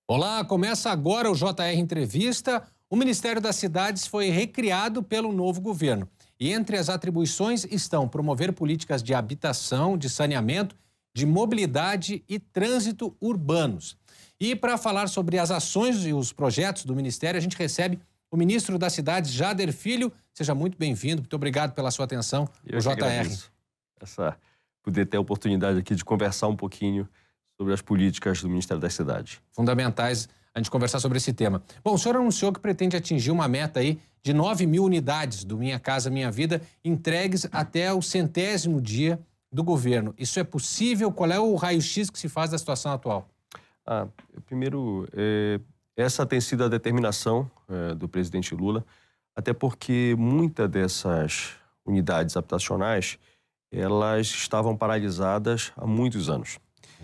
Olá, começa agora o JR Entrevista. O Ministério das Cidades foi recriado pelo novo governo. E entre as atribuições estão promover políticas de habitação, de saneamento, de mobilidade e trânsito urbanos. E para falar sobre as ações e os projetos do Ministério, a gente recebe o ministro das Cidades, Jader Filho. Seja muito bem-vindo, muito obrigado pela sua atenção ao JR. Poder ter a oportunidade aqui de conversar um pouquinho sobre as políticas do Ministério das Cidades. Fundamentais a gente conversar sobre esse tema. Bom, o senhor anunciou que pretende atingir uma meta aí de 9.000 unidades do Minha Casa Minha Vida entregues até o 100º dia do governo. Isso é possível? Qual é o raio-x que se faz da situação atual? Primeiro, essa tem sido a determinação do presidente Lula, até porque muitas dessas unidades habitacionais, elas estavam paralisadas há muitos anos.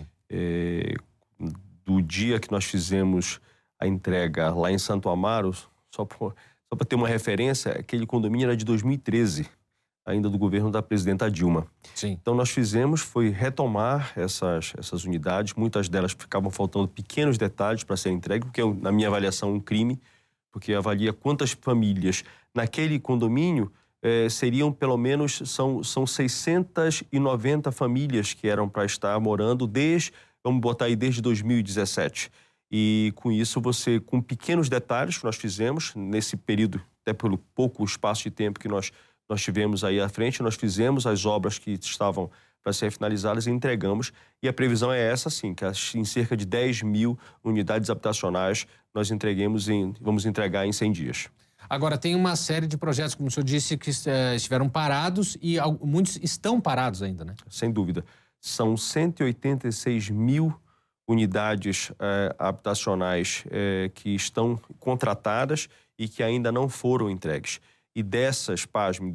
Do dia que nós fizemos a entrega lá em Santo Amaro, só para ter uma referência, aquele condomínio era de 2013, ainda do governo da presidenta Dilma. Sim. Então nós foi retomar essas unidades, muitas delas ficavam faltando pequenos detalhes para serem entregues, porque na minha avaliação um crime, porque avalia quantas famílias naquele condomínio seriam pelo menos, são 690 famílias que eram para estar morando vamos botar aí desde 2017. E com isso com pequenos detalhes que nós fizemos, nesse período, até pelo pouco espaço de tempo que nós tivemos aí à frente, nós fizemos as obras que estavam para serem finalizadas e entregamos. E a previsão é essa, sim, que em cerca de 10.000 unidades habitacionais nós vamos entregar em 100 dias. Agora, tem uma série de projetos, como o senhor disse, que estiveram parados e muitos estão parados ainda, né? Sem dúvida. São 186.000 unidades habitacionais que estão contratadas e que ainda não foram entregues. E dessas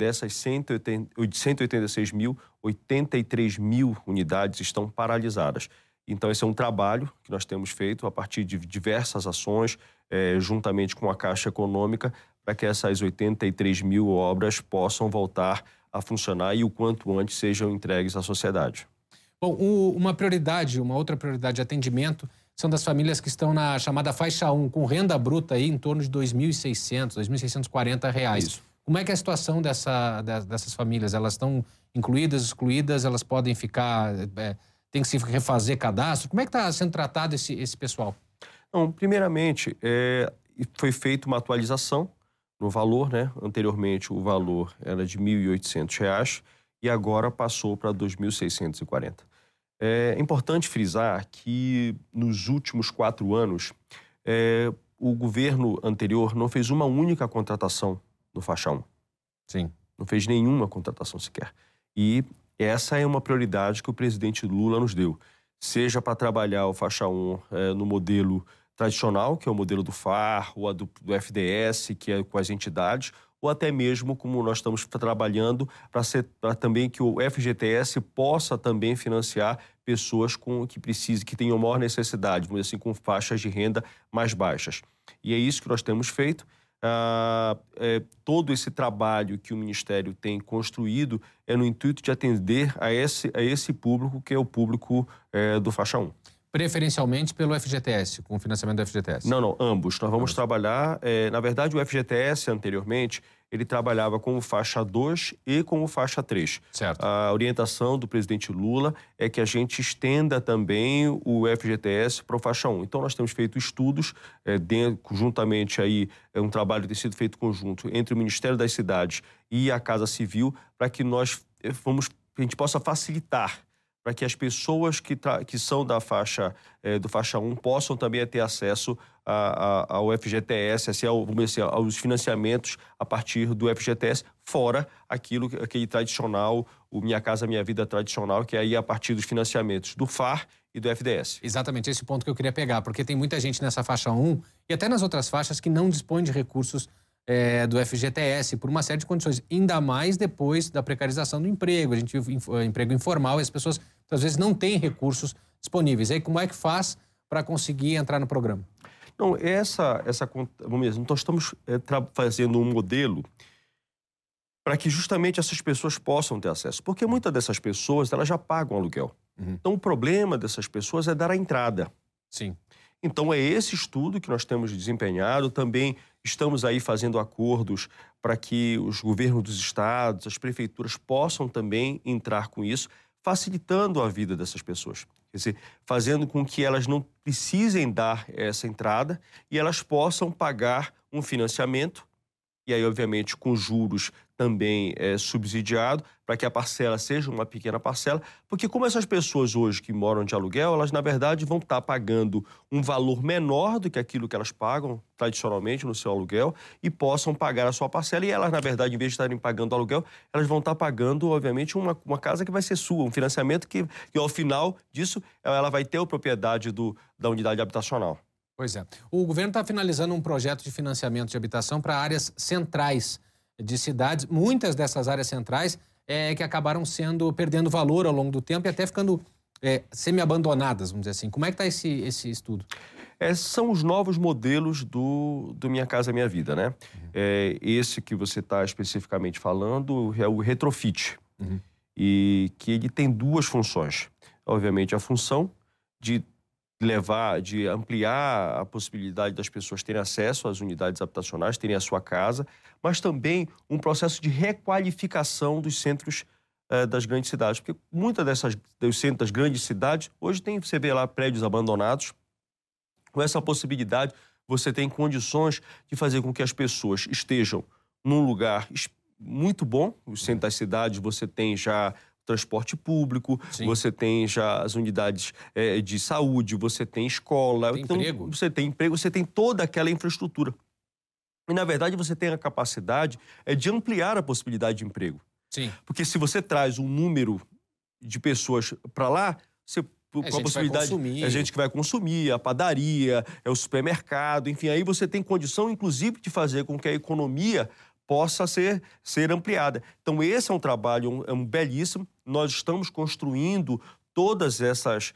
186.000, 83.000 unidades estão paralisadas. Então, esse é um trabalho que nós temos feito a partir de diversas ações, juntamente com a Caixa Econômica, para que essas 83.000 obras possam voltar a funcionar e o quanto antes sejam entregues à sociedade. Bom, uma outra prioridade de atendimento são das famílias que estão na chamada faixa 1, com renda bruta aí em torno de R$ 2.600, R$ 2.640. Isso. Como é que é a situação dessas famílias? Elas estão incluídas, excluídas? Elas podem ficar... tem que se refazer cadastro? Como é que está sendo tratado esse pessoal? Não, primeiramente, foi feita uma atualização no valor, né? Anteriormente, o valor era de R$ 1.800 e agora passou para R$ 2.640. É importante frisar que nos últimos 4 anos, o governo anterior não fez uma única contratação no faixa 1. Sim. Não fez nenhuma contratação sequer. E essa é uma prioridade que o presidente Lula nos deu. Seja para trabalhar o faixa 1 no modelo tradicional, que é o modelo do FAR, ou do FDS, que é com as entidades, ou até mesmo como nós estamos trabalhando para também que o FGTS possa também financiar pessoas que tenham maior necessidade, vamos dizer assim, com faixas de renda mais baixas. E é isso que nós temos feito. Todo esse trabalho que o Ministério tem construído é no intuito de atender a esse público, que é o público do faixa 1. Preferencialmente pelo FGTS, com o financiamento do FGTS? Não, ambos. Nós vamos trabalhar... na verdade, o FGTS, anteriormente, ele trabalhava com o faixa 2 e com o faixa 3. Certo. A orientação do presidente Lula é que a gente estenda também o FGTS para o faixa 1. Então, nós temos feito estudos, juntamente aí, um trabalho que tem sido feito conjunto entre o Ministério das Cidades e a Casa Civil, para que a gente possa facilitar para que as pessoas que são do faixa 1 possam também ter acesso ao FGTS, aos financiamentos a partir do FGTS, fora aquele tradicional, o Minha Casa Minha Vida tradicional, que é aí a partir dos financiamentos do FAR e do FDS. Exatamente, esse ponto que eu queria pegar, porque tem muita gente nessa faixa 1 e até nas outras faixas que não dispõe de recursos do FGTS, por uma série de condições, ainda mais depois da precarização do emprego. A gente viu emprego informal e as pessoas, às vezes, não têm recursos disponíveis. Aí, como é que faz para conseguir entrar no programa? Não, vamos dizer, nós estamos fazendo um modelo para que justamente essas pessoas possam ter acesso. Porque muitas dessas pessoas, elas já pagam aluguel. Uhum. Então, o problema dessas pessoas é dar a entrada. Sim. Então, é esse estudo que nós temos desempenhado. Também estamos aí fazendo acordos para que os governos dos estados, as prefeituras possam também entrar com isso, facilitando a vida dessas pessoas. Quer dizer, fazendo com que elas não precisem dar essa entrada e elas possam pagar um financiamento, e aí, obviamente, com juros também subsidiado, para que a parcela seja uma pequena parcela, porque como essas pessoas hoje que moram de aluguel, elas, na verdade, vão estar pagando um valor menor do que aquilo que elas pagam tradicionalmente no seu aluguel e possam pagar a sua parcela. E elas, na verdade, em vez de estarem pagando aluguel, elas vão estar pagando, obviamente, uma casa que vai ser sua, um financiamento que ao final disso, ela vai ter a propriedade da unidade habitacional. Pois é. O governo está finalizando um projeto de financiamento de habitação para áreas centrais de cidades. Muitas dessas áreas centrais que acabaram perdendo valor ao longo do tempo e até ficando semi-abandonadas, vamos dizer assim. Como é que está esse estudo? São os novos modelos do Minha Casa Minha Vida, né? Esse que você está especificamente falando é o retrofit. E que ele tem duas funções. Obviamente, a função de ampliar a possibilidade das pessoas terem acesso às unidades habitacionais, terem a sua casa, mas também um processo de requalificação dos centros das grandes cidades. Porque muitas dos centros das grandes cidades, hoje você vê lá prédios abandonados. Com essa possibilidade, você tem condições de fazer com que as pessoas estejam num lugar muito bom. No centro das cidades você tem já transporte público, sim, você tem já as unidades de saúde, você tem escola, tem emprego. Você tem emprego, você tem toda aquela infraestrutura. E, na verdade, você tem a capacidade de ampliar a possibilidade de emprego. Sim. Porque se você traz um número de pessoas para lá, você com a possibilidade, é gente que vai consumir, a padaria, é o supermercado, enfim, aí você tem condição, inclusive, de fazer com que a economia possa ser ampliada. Então, esse é um trabalho belíssimo. Nós estamos construindo todas essas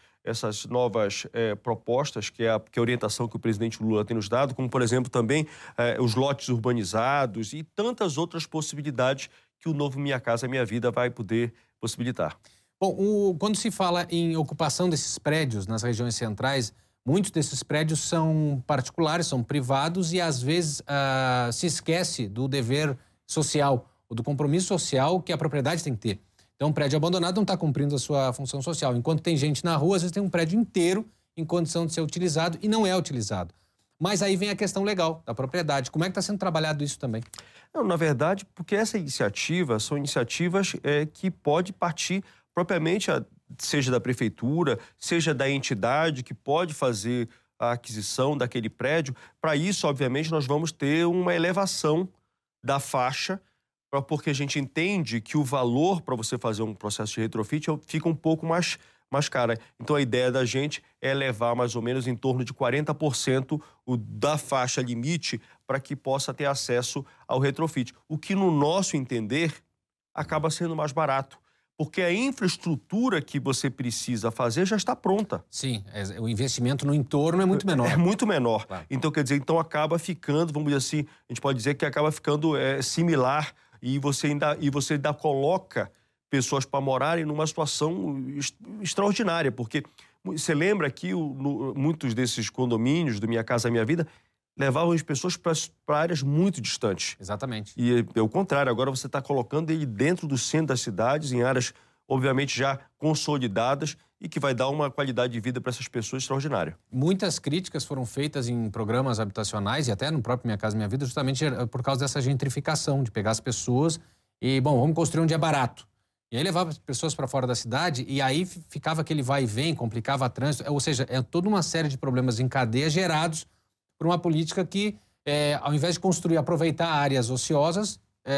novas propostas, que é a orientação que o presidente Lula tem nos dado, como, por exemplo, também os lotes urbanizados e tantas outras possibilidades que o novo Minha Casa Minha Vida vai poder possibilitar. Bom, quando se fala em ocupação desses prédios nas regiões centrais, muitos desses prédios são particulares, são privados e, às vezes, se esquece do dever social, ou do compromisso social que a propriedade tem que ter. Então, um prédio abandonado não está cumprindo a sua função social. Enquanto tem gente na rua, às vezes tem um prédio inteiro em condição de ser utilizado e não é utilizado. Mas aí vem a questão legal da propriedade. Como é que está sendo trabalhado isso também? Não, na verdade, porque essa iniciativa são iniciativas que pode partir propriamente, seja da prefeitura, seja da entidade que pode fazer a aquisição daquele prédio. Para isso, obviamente, nós vamos ter uma elevação da faixa, porque a gente entende que o valor para você fazer um processo de retrofit fica um pouco mais caro. Então, a ideia da gente é levar mais ou menos em torno de 40% da faixa limite para que possa ter acesso ao retrofit. O que, no nosso entender, acaba sendo mais barato. Porque a infraestrutura que você precisa fazer já está pronta. Sim, o investimento no entorno é muito menor. É muito menor. Claro. Então, quer dizer, acaba ficando, vamos dizer assim, a gente pode dizer que acaba ficando similar e você ainda coloca pessoas para morarem numa situação extraordinária. Porque você lembra que muitos desses condomínios do Minha Casa Minha Vida levavam as pessoas para áreas muito distantes. Exatamente. E é o contrário, agora você está colocando ele dentro do centro das cidades, em áreas, obviamente, já consolidadas e que vai dar uma qualidade de vida para essas pessoas extraordinária. Muitas críticas foram feitas em programas habitacionais e até no próprio Minha Casa Minha Vida, justamente por causa dessa gentrificação, de pegar as pessoas e, bom, vamos construir onde é barato. E aí levava as pessoas para fora da cidade e aí ficava aquele vai e vem, complicava o trânsito. Ou seja, é toda uma série de problemas em cadeia gerados por uma política que, ao invés de construir, aproveitar áreas ociosas,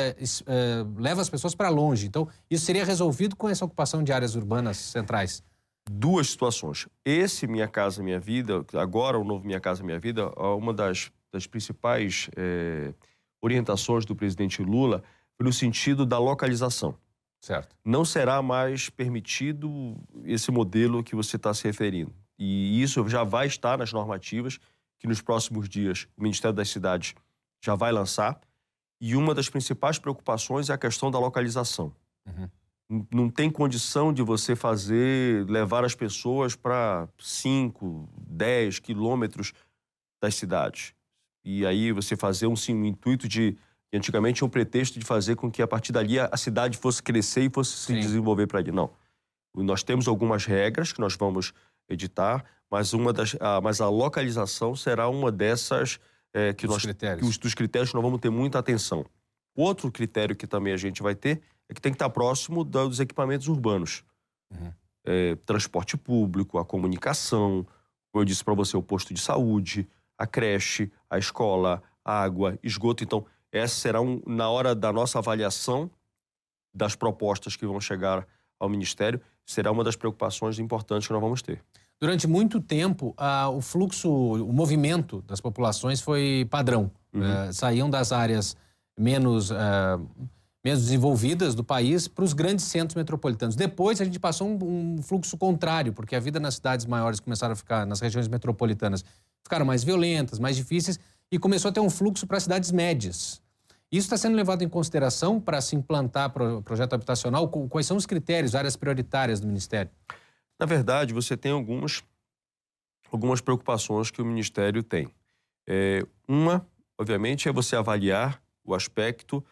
leva as pessoas para longe. Então, isso seria resolvido com essa ocupação de áreas urbanas centrais? Duas situações. Esse Minha Casa Minha Vida, agora o novo Minha Casa Minha Vida, uma das principais orientações do presidente Lula foi no sentido da localização. Certo. Não será mais permitido esse modelo que você está se referindo. E isso já vai estar nas normativas que nos próximos dias o Ministério das Cidades já vai lançar. E uma das principais preocupações é a questão da localização. não tem condição de você levar as pessoas para 5, 10 quilômetros das cidades. E aí você fazer um intuito de... Antigamente, um pretexto de fazer com que, a partir dali, a cidade fosse crescer e fosse se desenvolver para ali. Não. Nós temos algumas regras que nós vamos editar, mas mas a localização será uma dessas dos critérios que nós vamos ter muita atenção. Outro critério que também a gente vai ter é que tem que estar próximo dos equipamentos urbanos. Transporte público, a comunicação, como eu disse para você, o posto de saúde, a creche, a escola, água, esgoto. Então, essa será, na hora da nossa avaliação das propostas que vão chegar ao Ministério, será uma das preocupações importantes que nós vamos ter. Durante muito tempo, o movimento das populações foi padrão. Saíam das áreas menos desenvolvidas do país para os grandes centros metropolitanos. Depois, a gente passou um fluxo contrário, porque a vida nas cidades maiores começaram a ficar, nas regiões metropolitanas, ficaram mais violentas, mais difíceis, e começou a ter um fluxo para cidades médias. Isso está sendo levado em consideração para se implantar projeto habitacional? Quais são os critérios, áreas prioritárias do Ministério? Na verdade, você tem algumas preocupações que o Ministério tem. Uma, obviamente, é você avaliar o aspecto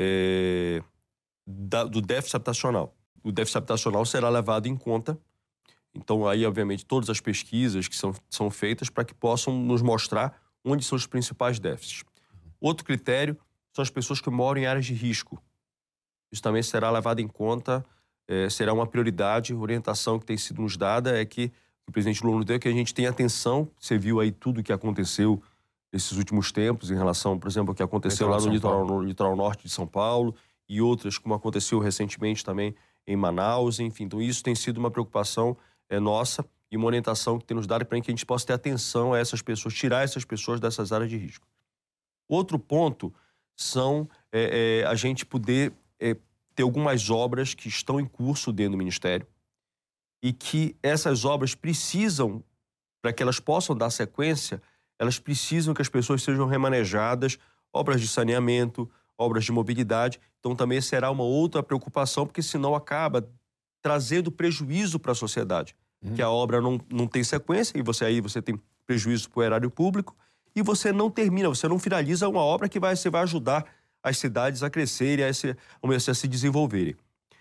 do déficit habitacional. O déficit habitacional será levado em conta. Então, aí, obviamente, todas as pesquisas que são feitas para que possam nos mostrar onde são os principais déficits. Outro critério são as pessoas que moram em áreas de risco. Isso também será levado em conta, será uma prioridade. A orientação que tem sido nos dada é que o presidente Lula nos deu, que a gente tenha atenção. Você viu aí tudo o que aconteceu nesses últimos tempos em relação, por exemplo, ao que aconteceu lá no litoral norte de São Paulo e outras, como aconteceu recentemente também em Manaus, enfim. Então, isso tem sido uma preocupação nossa e uma orientação que tem nos dado para que a gente possa ter atenção a essas pessoas, tirar essas pessoas dessas áreas de risco. Outro ponto são a gente poder ter algumas obras que estão em curso dentro do Ministério e que essas obras precisam, para que elas possam dar sequência, elas precisam que as pessoas sejam remanejadas, obras de saneamento, obras de mobilidade. Então, também será uma outra preocupação, porque senão acaba trazendo prejuízo para a sociedade. Que a obra não tem sequência, e você tem prejuízo para o erário público, e você não termina, você não finaliza uma obra que vai ajudar as cidades a crescerem, a se desenvolverem.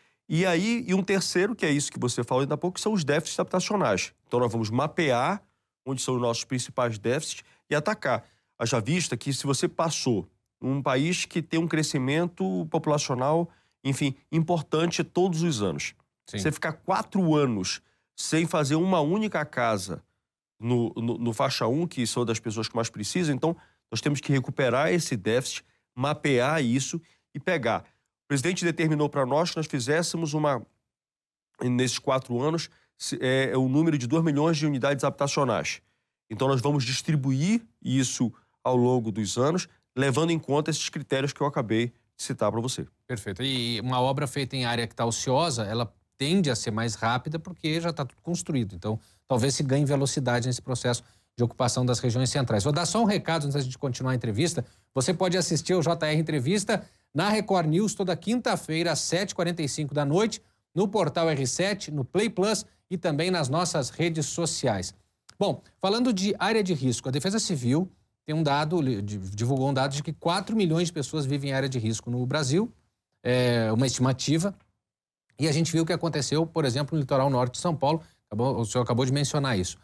E um terceiro, que é isso que você falou ainda há pouco, são os déficits habitacionais. Então, nós vamos mapear onde são os nossos principais déficits e atacar. Haja vista que, se você passou um país que tem um crescimento populacional, enfim, importante todos os anos, você ficar 4 anos sem fazer uma única casa no faixa 1, que são das pessoas que mais precisam, então nós temos que recuperar esse déficit, mapear isso e pegar. O presidente determinou para nós que nós fizéssemos nesses 4 anos, o número de 2 milhões de unidades habitacionais. Então, nós vamos distribuir isso ao longo dos anos, levando em conta esses critérios que eu acabei de citar para você. Perfeito. E uma obra feita em área que está ociosa, ela tende a ser mais rápida porque já está tudo construído. Então, talvez se ganhe velocidade nesse processo de ocupação das regiões centrais. Vou dar só um recado antes da gente continuar a entrevista. Você pode assistir ao JR Entrevista na Record News toda quinta-feira, às 7h45 da noite, no portal R7, no Play Plus e também nas nossas redes sociais. Bom, falando de área de risco, a Defesa Civil tem divulgou um dado de que 4 milhões de pessoas vivem em área de risco no Brasil, uma estimativa, e a gente viu o que aconteceu, por exemplo, no litoral norte de São Paulo, o senhor acabou de mencionar isso.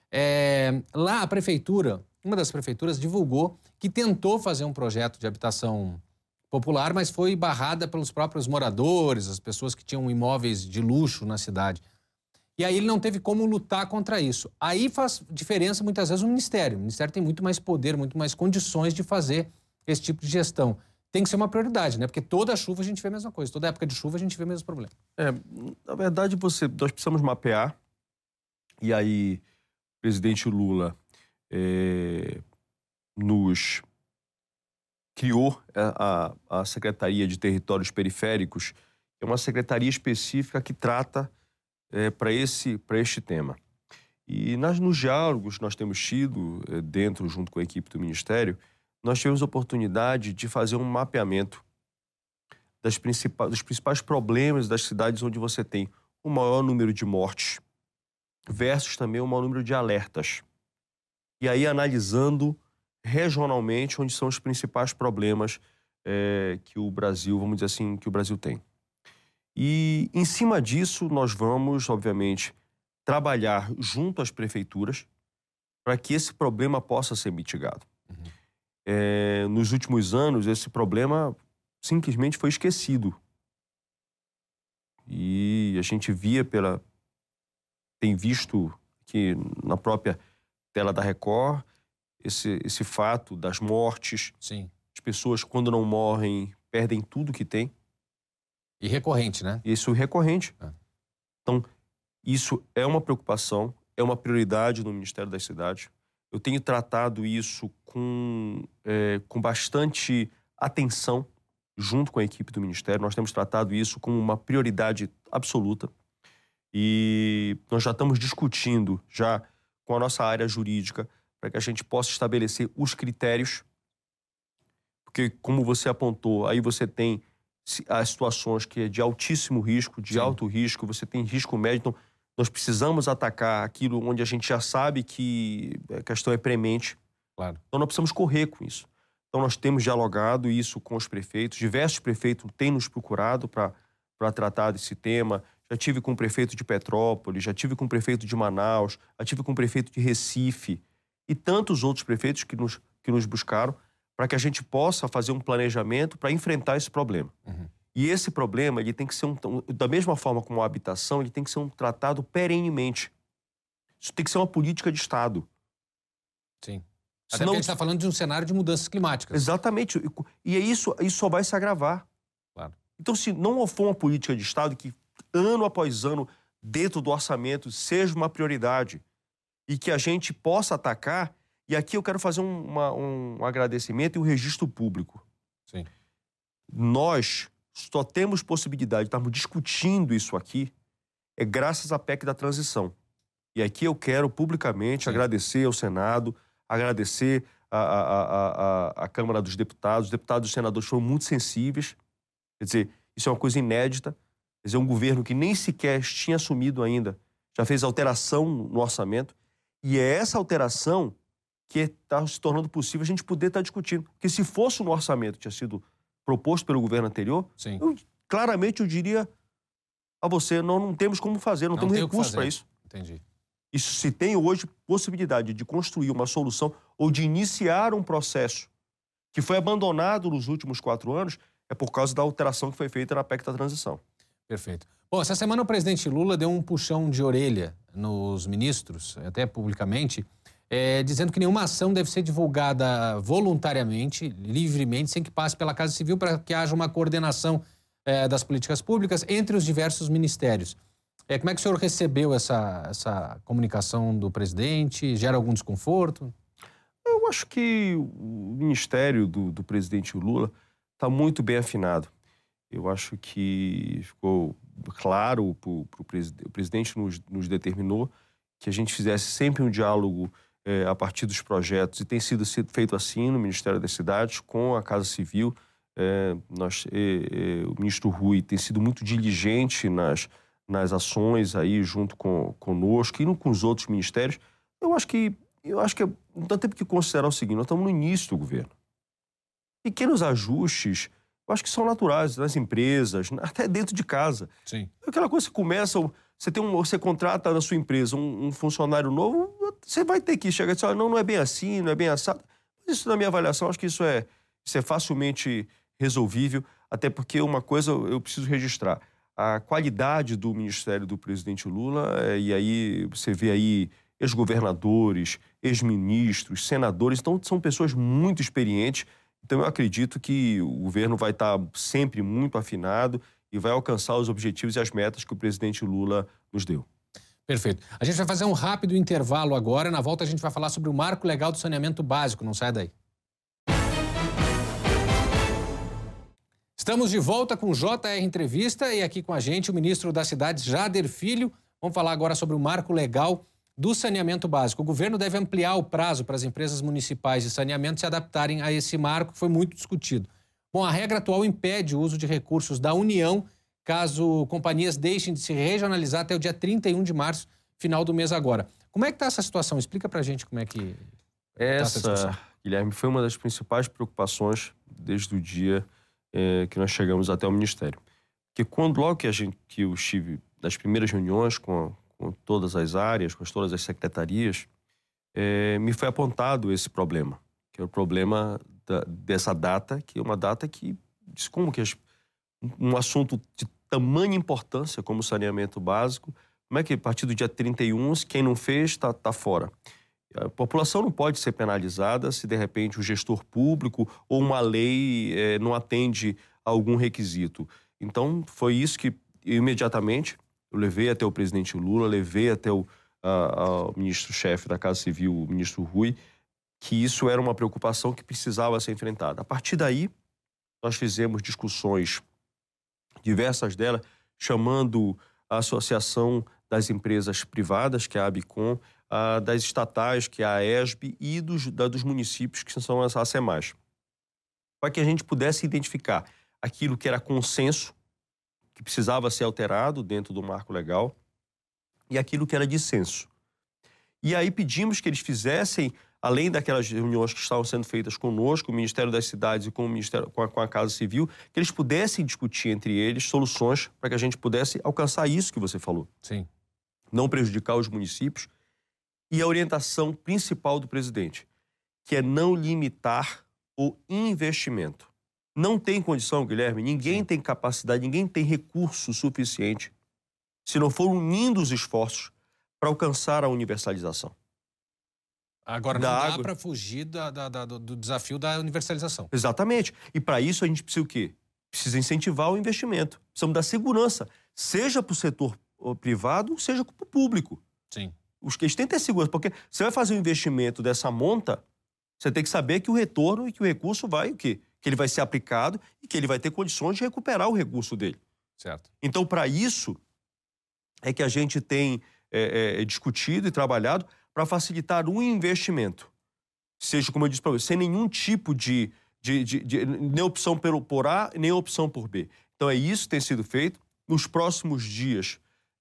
Lá a prefeitura, uma das prefeituras, divulgou que tentou fazer um projeto de habitação popular, mas foi barrada pelos próprios moradores, as pessoas que tinham imóveis de luxo na cidade. E aí ele não teve como lutar contra isso. Aí faz diferença muitas vezes o Ministério. O Ministério tem muito mais poder, muito mais condições de fazer esse tipo de gestão. Tem que ser uma prioridade, né? Porque toda chuva a gente vê a mesma coisa, toda época de chuva a gente vê o mesmo problema. Na verdade, nós precisamos mapear, e aí o presidente Lula nos criou a Secretaria de Territórios Periféricos, é uma secretaria específica que trata para este tema. E nos diálogos que nós temos tido junto com a equipe do Ministério, nós tivemos a oportunidade de fazer um mapeamento dos principais problemas das cidades onde você tem o maior número de mortes versus também o maior número de alertas. E aí analisando regionalmente onde são os principais problemas que o Brasil, vamos dizer assim, que o Brasil tem. E em cima disso nós vamos, obviamente, trabalhar junto às prefeituras para que esse problema possa ser mitigado. Nos últimos anos, esse problema simplesmente foi esquecido. E a gente tem visto que na própria tela da Record, esse fato das mortes. Sim. As pessoas, quando não morrem, perdem tudo que têm. E recorrente, né? Isso é recorrente. Então, isso é uma preocupação, é uma prioridade no Ministério das Cidades. Eu tenho tratado isso com bastante atenção junto com a equipe do Ministério. Nós temos tratado isso como uma prioridade absoluta. E nós já estamos discutindo já com a nossa área jurídica para que a gente possa estabelecer os critérios. Porque, como você apontou, aí você tem as situações que é de altíssimo risco, de alto risco, você tem risco médio. Então, nós precisamos atacar aquilo onde a gente já sabe que a questão é premente. Claro. Então, nós precisamos correr com isso. Então, nós temos dialogado isso com os prefeitos. Diversos prefeitos têm nos procurado para tratar desse tema. Já tive com o prefeito de Petrópolis, já tive com o prefeito de Manaus, já tive com o prefeito de Recife e tantos outros prefeitos que nos buscaram para que a gente possa fazer um planejamento para enfrentar esse problema. E esse problema, ele tem que ser da mesma forma como a habitação, ele tem que ser um tratado perenemente. Isso tem que ser uma política de Estado. Sim. Até porque a gente está falando de um cenário de mudanças climáticas. Exatamente. E isso só vai se agravar. Claro. Então, se não for uma política de Estado que, ano após ano, dentro do orçamento, seja uma prioridade e que a gente possa atacar. E aqui eu quero fazer um agradecimento e um registro público. Sim. Nós só temos possibilidade de estarmos discutindo isso aqui graças à PEC da transição. E aqui eu quero publicamente agradecer ao Senado, agradecer à Câmara dos Deputados. Os deputados e os senadores foram muito sensíveis. Quer dizer, isso é uma coisa inédita. Quer dizer, um governo que nem sequer tinha assumido ainda, já fez alteração no orçamento. E é essa alteração que está se tornando possível a gente poder estar discutindo. Porque se fosse no orçamento que tinha sido proposto pelo governo anterior, claramente eu diria a você, nós não temos como fazer, não temos recursos para isso. Entendi. Isso se tem hoje possibilidade de construir uma solução ou de iniciar um processo que foi abandonado nos últimos 4 anos, é por causa da alteração que foi feita na PEC da transição. Perfeito. Bom, essa semana o presidente Lula deu um puxão de orelha nos ministros, até publicamente, dizendo que nenhuma ação deve ser divulgada voluntariamente, livremente, sem que passe pela Casa Civil, para que haja uma coordenação das políticas públicas entre os diversos ministérios. Como é que o senhor recebeu essa comunicação do presidente? Gera algum desconforto? Eu acho que o ministério do presidente Lula está muito bem afinado. Eu acho que ficou claro, o presidente nos determinou que a gente fizesse sempre um diálogo a partir dos projetos, e tem sido feito assim no Ministério das Cidades, com a Casa Civil. O ministro Rui tem sido muito diligente nas ações aí junto conosco e com os outros ministérios. Eu acho que não temos que considerar o seguinte: nós estamos no início do governo. Pequenos ajustes, eu acho que são naturais nas empresas, até dentro de casa. Sim. Aquela coisa que começa, você contrata na sua empresa um funcionário novo, você vai ter que chegar e dizer, não é bem assim, não é bem assado. Mas isso, na minha avaliação, acho que isso é facilmente resolvível, até porque uma coisa eu preciso registrar: a qualidade do ministério do presidente Lula, e aí você vê aí ex-governadores, ex-ministros, senadores, então são pessoas muito experientes. Então eu acredito que o governo vai estar sempre muito afinado e vai alcançar os objetivos e as metas que o presidente Lula nos deu. Perfeito. A gente vai fazer um rápido intervalo agora. Na volta a gente vai falar sobre o marco legal do saneamento básico. Não sai daí. Estamos de volta com o JR Entrevista e aqui com a gente o ministro das Cidades, Jader Filho. Vamos falar agora sobre o marco legal do saneamento básico. O governo deve ampliar o prazo para as empresas municipais de saneamento se adaptarem a esse marco, que foi muito discutido. Bom, a regra atual impede o uso de recursos da União caso companhias deixem de se regionalizar até o dia 31 de março, final do mês agora. Como é que está essa situação? Explica pra gente como é que está essa discussão. Guilherme, foi uma das principais preocupações desde o dia que nós chegamos até o Ministério. Porque logo que eu estive nas primeiras reuniões com todas as áreas, com todas as secretarias, me foi apontado esse problema, que é o problema dessa data, que é uma data que diz como que um assunto de tamanha importância como o saneamento básico, como é que a partir do dia 31, quem não fez está fora. A população não pode ser penalizada se, de repente, o gestor público ou uma lei não atende a algum requisito. Então, foi isso que, imediatamente, eu levei até o presidente Lula, levei até o ministro-chefe da Casa Civil, o ministro Rui, que isso era uma preocupação que precisava ser enfrentada. A partir daí, nós fizemos discussões, diversas delas, chamando a Associação das Empresas Privadas, que é a ABICOM, das estatais, que é a ESB, e dos municípios, que são as ACEMAS, para que a gente pudesse identificar aquilo que era consenso, que precisava ser alterado dentro do marco legal, e aquilo que era dissenso. E aí pedimos que eles fizessem, além daquelas reuniões que estavam sendo feitas conosco, o Ministério das Cidades e com a Casa Civil, que eles pudessem discutir entre eles soluções para que a gente pudesse alcançar isso que você falou. Sim. Não prejudicar os municípios. E a orientação principal do presidente, que é não limitar o investimento. Não tem condição, Guilherme, ninguém tem capacidade, ninguém tem recurso suficiente, se não for unindo os esforços para alcançar a universalização. Agora, não dá para fugir do desafio da universalização. Exatamente. E para isso a gente precisa o quê? Precisa incentivar o investimento. Precisamos dar segurança, seja para o setor privado, seja para o público. Sim. Os que têm que ter segurança, porque você vai fazer um investimento dessa monta, você tem que saber que o retorno e que o recurso vai o quê? Que ele vai ser aplicado e que ele vai ter condições de recuperar o recurso dele. Certo. Então, para isso, é que a gente tem discutido e trabalhado para facilitar o investimento. Seja, como eu disse para você, sem nenhum tipo de nem opção por A, nem opção por B. Então, é isso que tem sido feito. Nos próximos dias,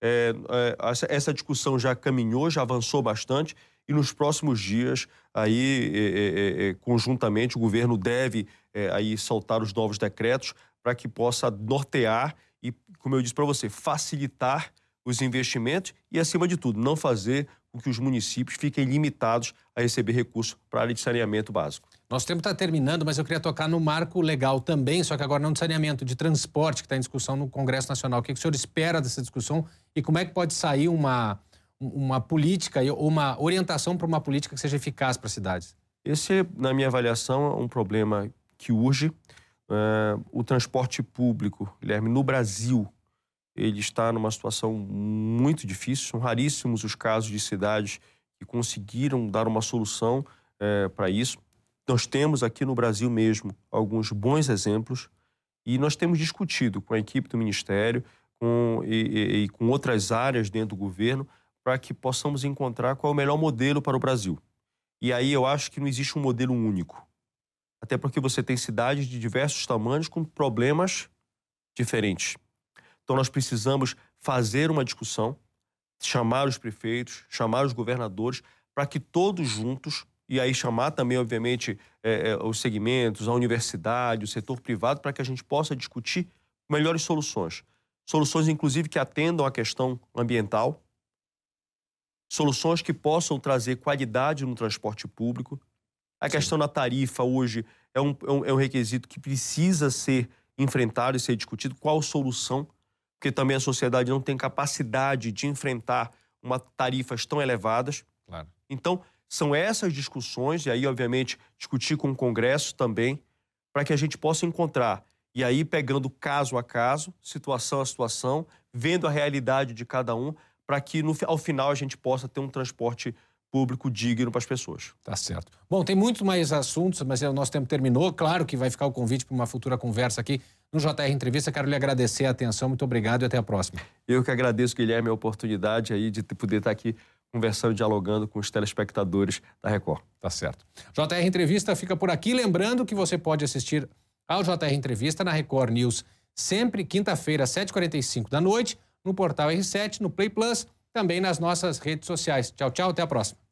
essa discussão já caminhou, já avançou bastante, e nos próximos dias, aí, conjuntamente, o governo deve aí soltar os novos decretos para que possa nortear e, como eu disse para você, facilitar os investimentos e, acima de tudo, não fazer com que os municípios fiquem limitados a receber recursos para a área de saneamento básico. Nosso tempo está terminando, mas eu queria tocar no marco legal também, só que agora não de saneamento, de transporte, que está em discussão no Congresso Nacional. O que o senhor espera dessa discussão e como é que pode sair uma política ou uma orientação para uma política que seja eficaz para as cidades? Esse, na minha avaliação, é um problema que urge. O transporte público, Guilherme, no Brasil, ele está numa situação muito difícil. São raríssimos os casos de cidades que conseguiram dar uma solução para isso. Nós temos aqui no Brasil mesmo alguns bons exemplos e nós temos discutido com a equipe do Ministério e com outras áreas dentro do governo para que possamos encontrar qual é o melhor modelo para o Brasil. E aí eu acho que não existe um modelo único. Até porque você tem cidades de diversos tamanhos com problemas diferentes. Então nós precisamos fazer uma discussão, chamar os prefeitos, chamar os governadores, para que todos juntos, e aí chamar também, obviamente, os segmentos, a universidade, o setor privado, para que a gente possa discutir melhores soluções. Soluções, inclusive, que atendam à questão ambiental, soluções que possam trazer qualidade no transporte público. A questão da tarifa hoje é um requisito que precisa ser enfrentado e ser discutido. Qual solução? Porque também a sociedade não tem capacidade de enfrentar tarifas tão elevadas. Claro. Então, são essas discussões, e aí, obviamente, discutir com o Congresso também, para que a gente possa encontrar, e aí pegando caso a caso, situação a situação, vendo a realidade de cada um, para que ao final a gente possa ter um transporte público digno para as pessoas. Tá certo. Bom, tem muito mais assuntos, mas o nosso tempo terminou. Claro que vai ficar o convite para uma futura conversa aqui no JR Entrevista. Quero lhe agradecer a atenção. Muito obrigado e até a próxima. Eu que agradeço, Guilherme, a oportunidade aí de poder estar aqui conversando, dialogando com os telespectadores da Record. Tá certo. JR Entrevista fica por aqui. Lembrando que você pode assistir ao JR Entrevista na Record News, sempre quinta-feira, às 7h45 da noite, no portal R7, no Play Plus, também nas nossas redes sociais. Tchau, tchau, até a próxima.